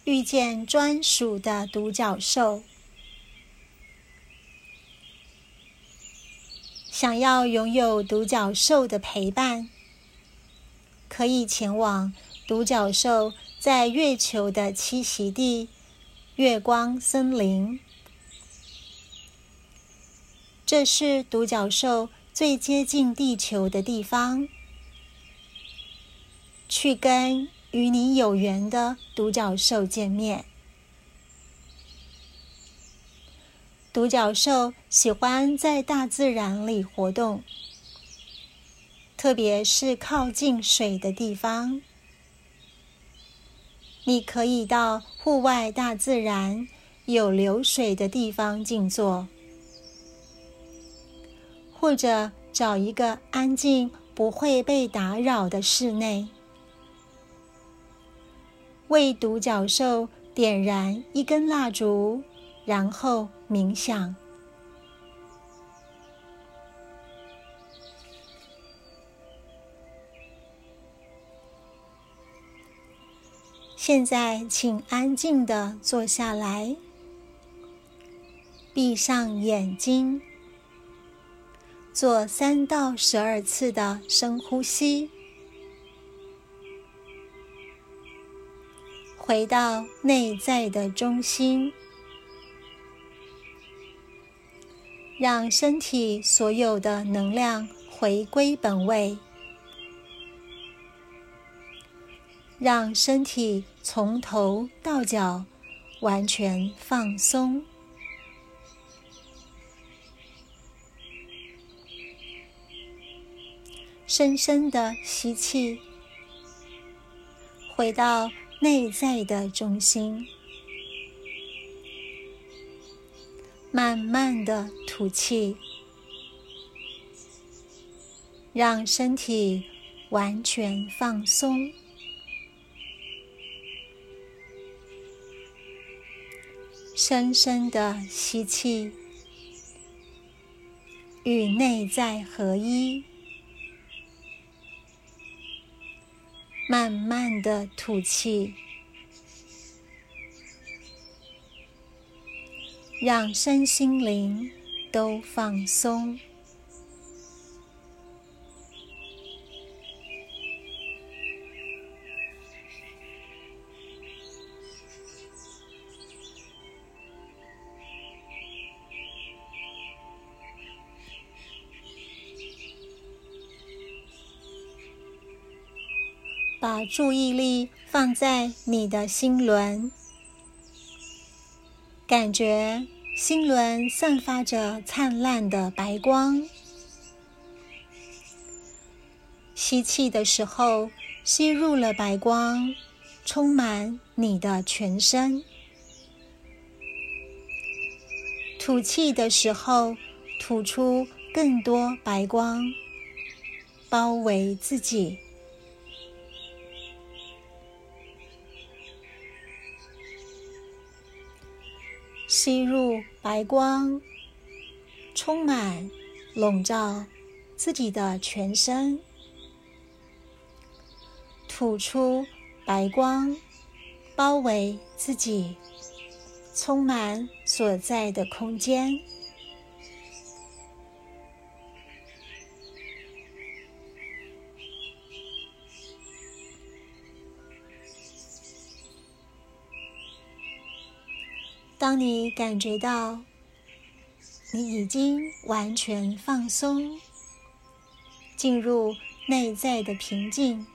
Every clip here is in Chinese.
遇见专属的独角兽。想要拥有独角兽的陪伴，可以前往独角兽在月球的栖息地——月光森林。这是独角兽最接近地球的地方，去跟与你有缘的独角兽见面。独角兽喜欢在大自然里活动，特别是靠近水的地方。你可以到户外大自然有流水的地方静坐，或者找一个安静不会被打扰的室内，为独角兽点燃一根蜡烛，然后冥想。现在请安静地坐下来，闭上眼睛，做3到12次的深呼吸，回到内在的中心，让身体所有的能量回归本位，让身体从头到脚完全放松。深深的吸气，回到内在的中心，慢慢的吐气，让身体完全放松。深深的吸气，与内在合一，慢慢的吐气，让身心灵都放松。把注意力放在你的心轮，感觉心轮散发着灿烂的白光。吸气的时候，吸入了白光，充满你的全身。吐气的时候，吐出更多白光，包围自己。吸入白光，充满笼罩自己的全身，吐出白光，包围自己，充满所在的空间。当你感觉到你已经完全放松，进入内在的平静，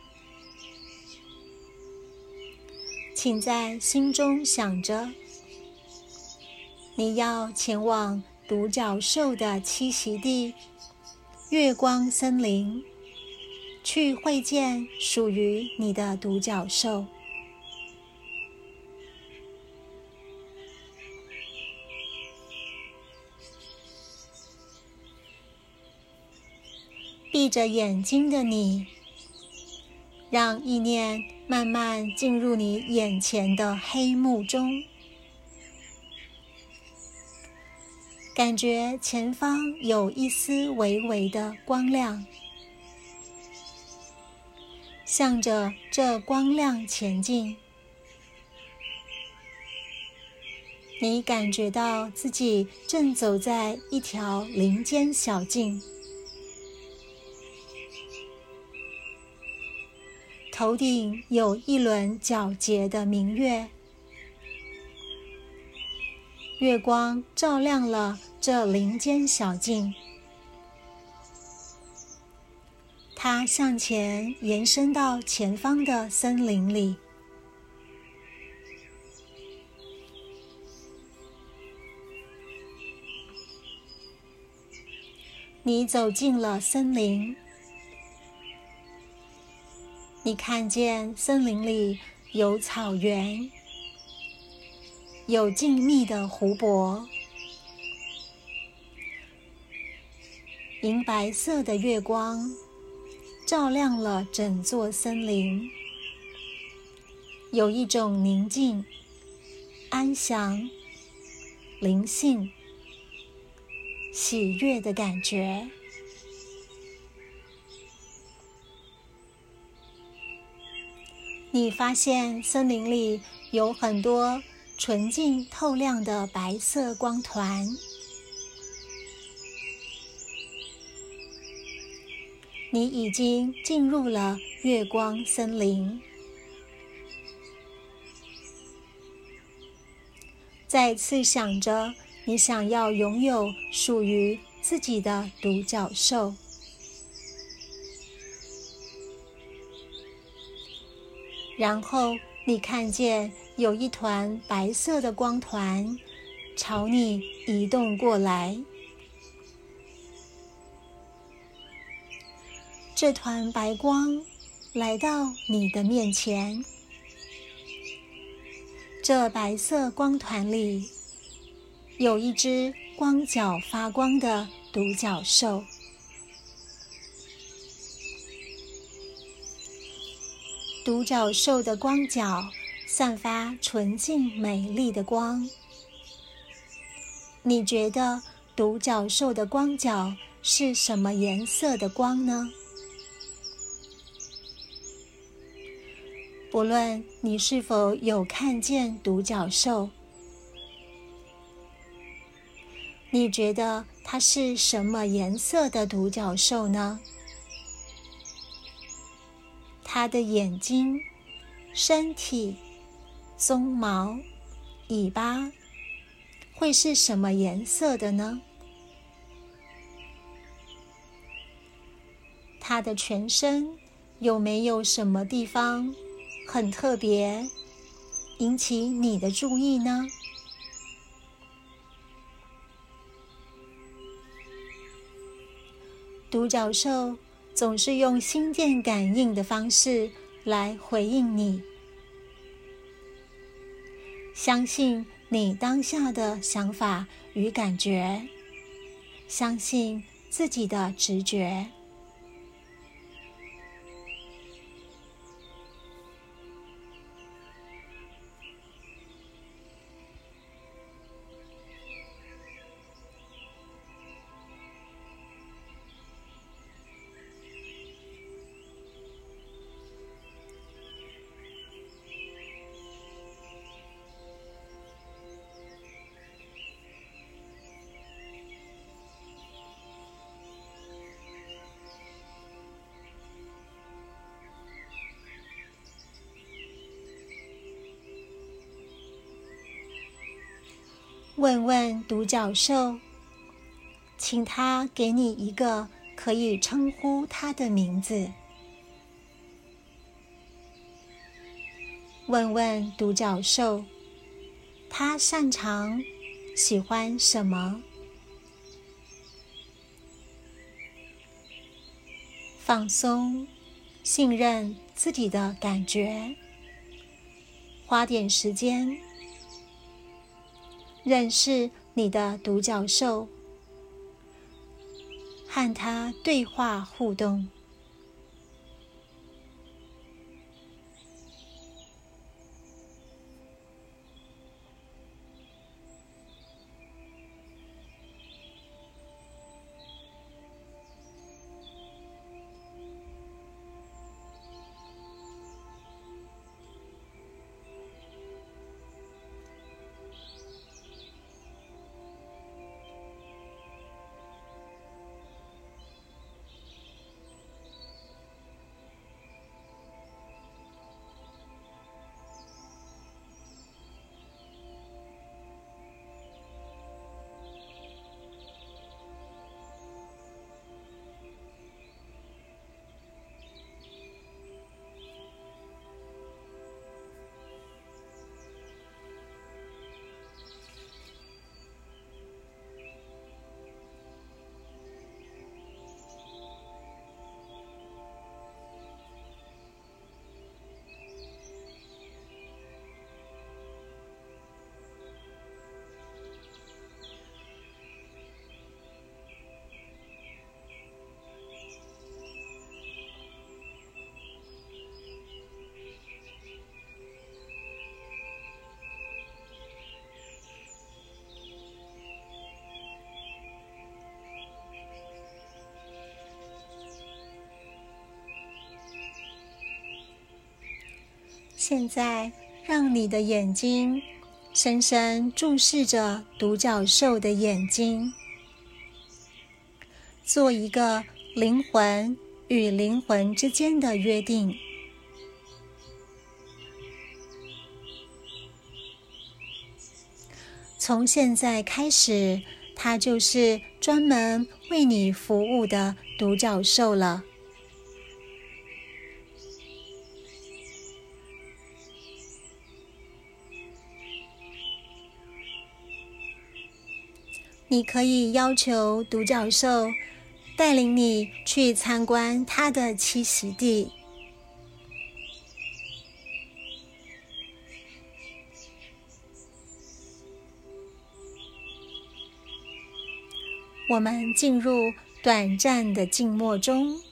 请在心中想着，你要前往独角兽的栖息地——月光森林，去会见属于你的独角兽。闭着眼睛的你，让意念慢慢进入你眼前的黑幕中，感觉前方有一丝微微的光亮，向着这光亮前进， 你感觉到自己正走在一条林间小径，头顶有一轮皎洁的明月，月光照亮了这林间小径，它向前延伸到前方的森林里。你走进了森林，你看见森林里有草原，有静谧的湖泊，银白色的月光照亮了整座森林，有一种宁静、安详、灵性、喜悦的感觉。你发现森林里有很多纯净透亮的白色光团，你已经进入了月光森林。再次想着你想要拥有属于自己的独角兽，然后你看见有一团白色的光团朝你移动过来，这团白光来到你的面前，这白色光团里有一只光角发光的独角兽。独角兽的光角散发纯净美丽的光。你觉得独角兽的光角是什么颜色的光呢？不论你是否有看见独角兽，你觉得它是什么颜色的独角兽呢？它的眼睛、身体、鬃毛、尾巴会是什么颜色的呢？它的全身有没有什么地方很特别，引起你的注意呢？独角兽总是用心电感应的方式来回应你。相信你当下的想法与感觉，相信自己的直觉。问问独角兽，请他给你一个可以称呼他的名字。问问独角兽，他擅长、喜欢什么？放松，信任自己的感觉，花点时间认识你的独角兽，和他对话互动。 现在，让你的眼睛深深注视着独角兽的眼睛，做一个灵魂与灵魂之间的约定。从现在开始，它就是专门为你服务的独角兽了。你可以要求独角兽带领你去参观它的栖息地。我们进入短暂的静默中。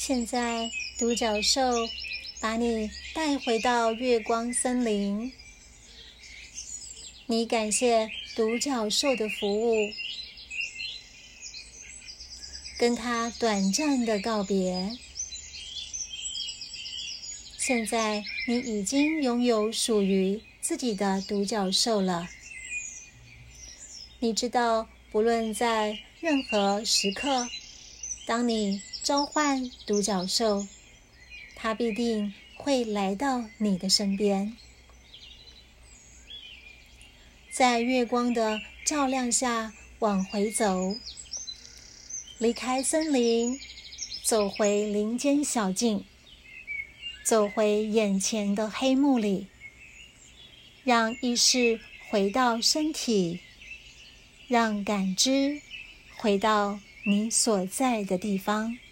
现在，独角兽把你带回到月光森林。你感谢独角兽的服务，跟他短暂的告别。现在，你已经拥有属于自己的独角兽了。你知道，不论在任何时刻，当你召唤独角兽，它必定会来到你的身边。在月光的照亮下往回走，离开森林，走回林间小径，走回眼前的黑幕里，让意识回到身体，让感知回到你所在的地方。